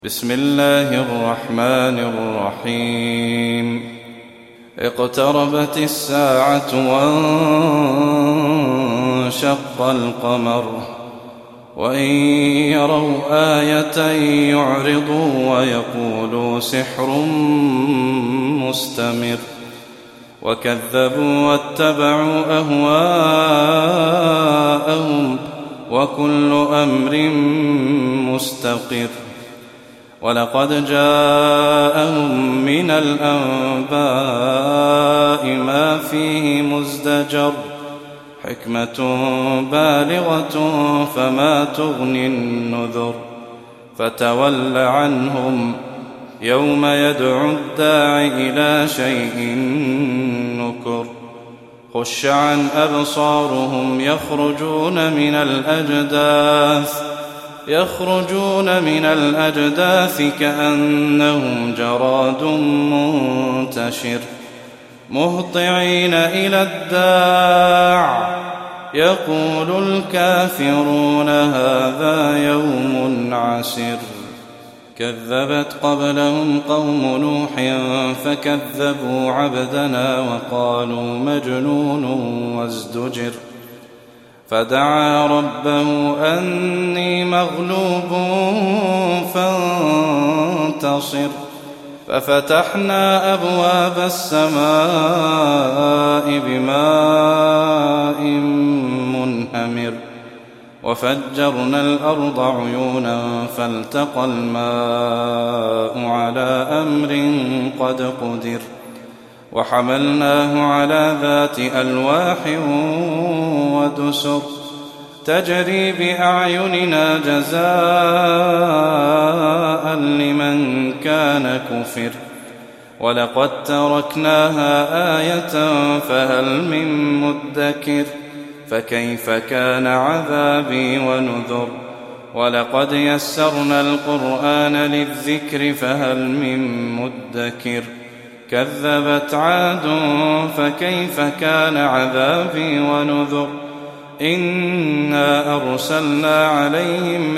بسم الله الرحمن الرحيم. اقتربت الساعة وانشق القمر وإن يروا آية يعرضوا ويقولوا سحر مستمر وكذبوا واتبعوا أهواءهم وكل أمر مستقر. ولقد جاءهم من الأنباء ما فيه مزدجر حكمة بالغة فما تغني النذر. فتول عنهم يوم يدعو الداع إلى شيء نكر. خش عن أبصارهم يخرجون من الأجداث كأنهم جراد منتشر مهطعين إلى الداع يقول الكافرون هذا يوم عسر. كذبت قبلهم قوم نوح فكذبوا عبدنا وقالوا مجنون وازدجر. فدعا ربه أني مغلوب فانتصر. ففتحنا أبواب السماء بماء منهمر وفجرنا الأرض عيونا فالتقى الماء على أمر قد قدر. وحملناه على ذات ألواح ودسر تجري بأعيننا جزاء لمن كان كفر. ولقد تركناها آية فهل من مدكر. فكيف كان عذابي ونذر. ولقد يسرنا القرآن للذكر فهل من مدكر. كذبت عاد فكيف كان عذابي ونذر. إنا أرسلنا عليهم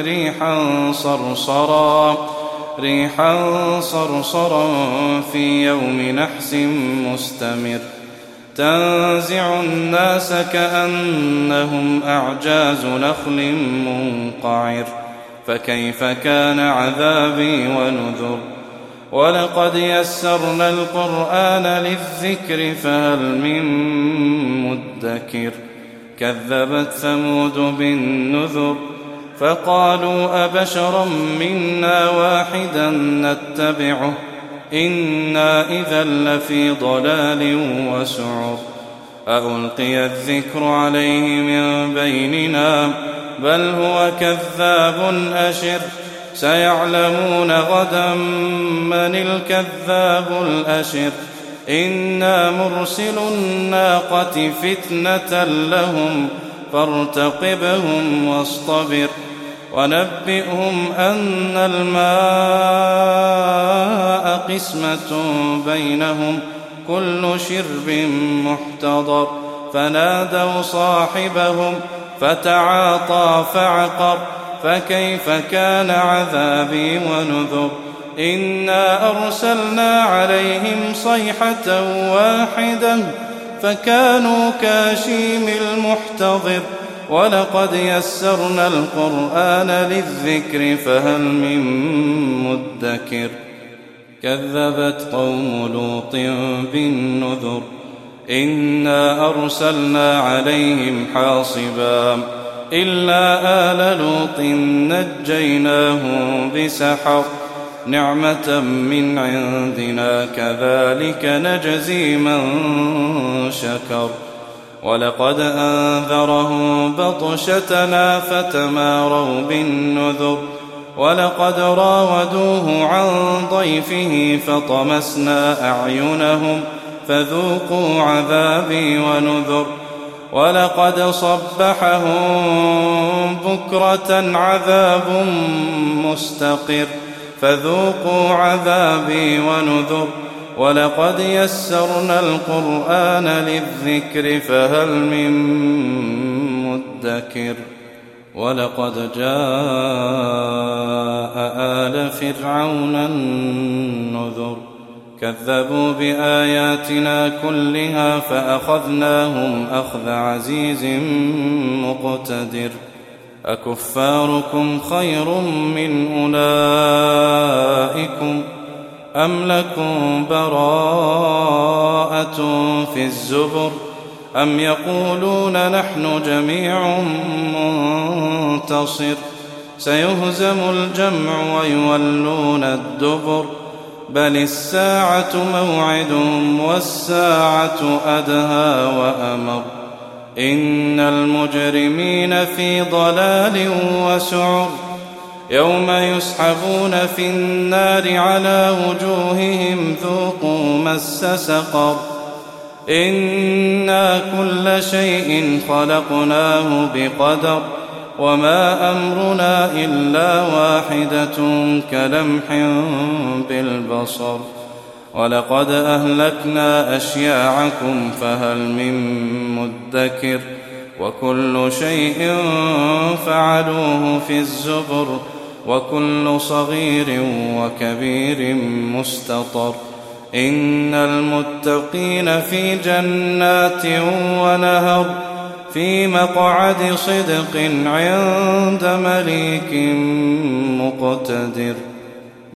ريحا صرصرا في يوم نحس مستمر تنزع الناس كأنهم أعجاز نخل منقعر. فكيف كان عذابي ونذر. ولقد يسرنا القرآن للذكر فهل من مدكر. كذبت ثمود بالنذر فقالوا أبشرا منا واحدا نتبعه إنا إذا لفي ضلال وسعر. ألقي الذكر عليه من بيننا بل هو كذاب أشر. سيعلمون غدا من الكذاب الأشر. إنا مرسل الناقة فتنة لهم فارتقبهم واصطبر. ونبئهم أن الماء قسمة بينهم كل شرب محتضر. فنادوا صاحبهم فتعاطى فعقر. فكيف كان عذابي ونذر. إنا أرسلنا عليهم صيحة واحدة فكانوا كهشيم المحتضر. ولقد يسرنا القرآن للذكر فهل من مدكر. كذبت قوم لوط بالنذر إنا أرسلنا عليهم حاصبا إلا آل لوط نجيناهم بسحر نعمة من عندنا كذلك نجزي من شكر. ولقد أنذرهم بطشتنا فتماروا بالنذر. ولقد راودوه عن ضيفه فطمسنا أعينهم فذوقوا عذابي ونذر. ولقد صبحهم بكرة عذاب مستقر فذوقوا عذابي ونذر. ولقد يسرنا القرآن للذكر فهل من مدكر. ولقد جاء آل فرعون النذر كذبوا بآياتنا كلها فأخذناهم أخذ عزيز مقتدر أكفاركم خير من أولئكم أم لكم براءة في الزبر أم يقولون نحن جميع منتصر سيهزم الجمع ويولون الدبر بل الساعة موعدهم والساعة أدهى وأمر إن المجرمين في ضلال وسعر يوم يسحبون في النار على وجوههم ذوقوا مس سقر إنا كل شيء خلقناه بقدر وما أمرنا إلا واحدة كلمح بالبصر ولقد أهلكنا أشياعكم فهل من مدكر وكل شيء فعلوه في الزبر وكل صغير وكبير مستطر إن المتقين في جنات ونهر في مقعد صدق عند مليك مقتدر.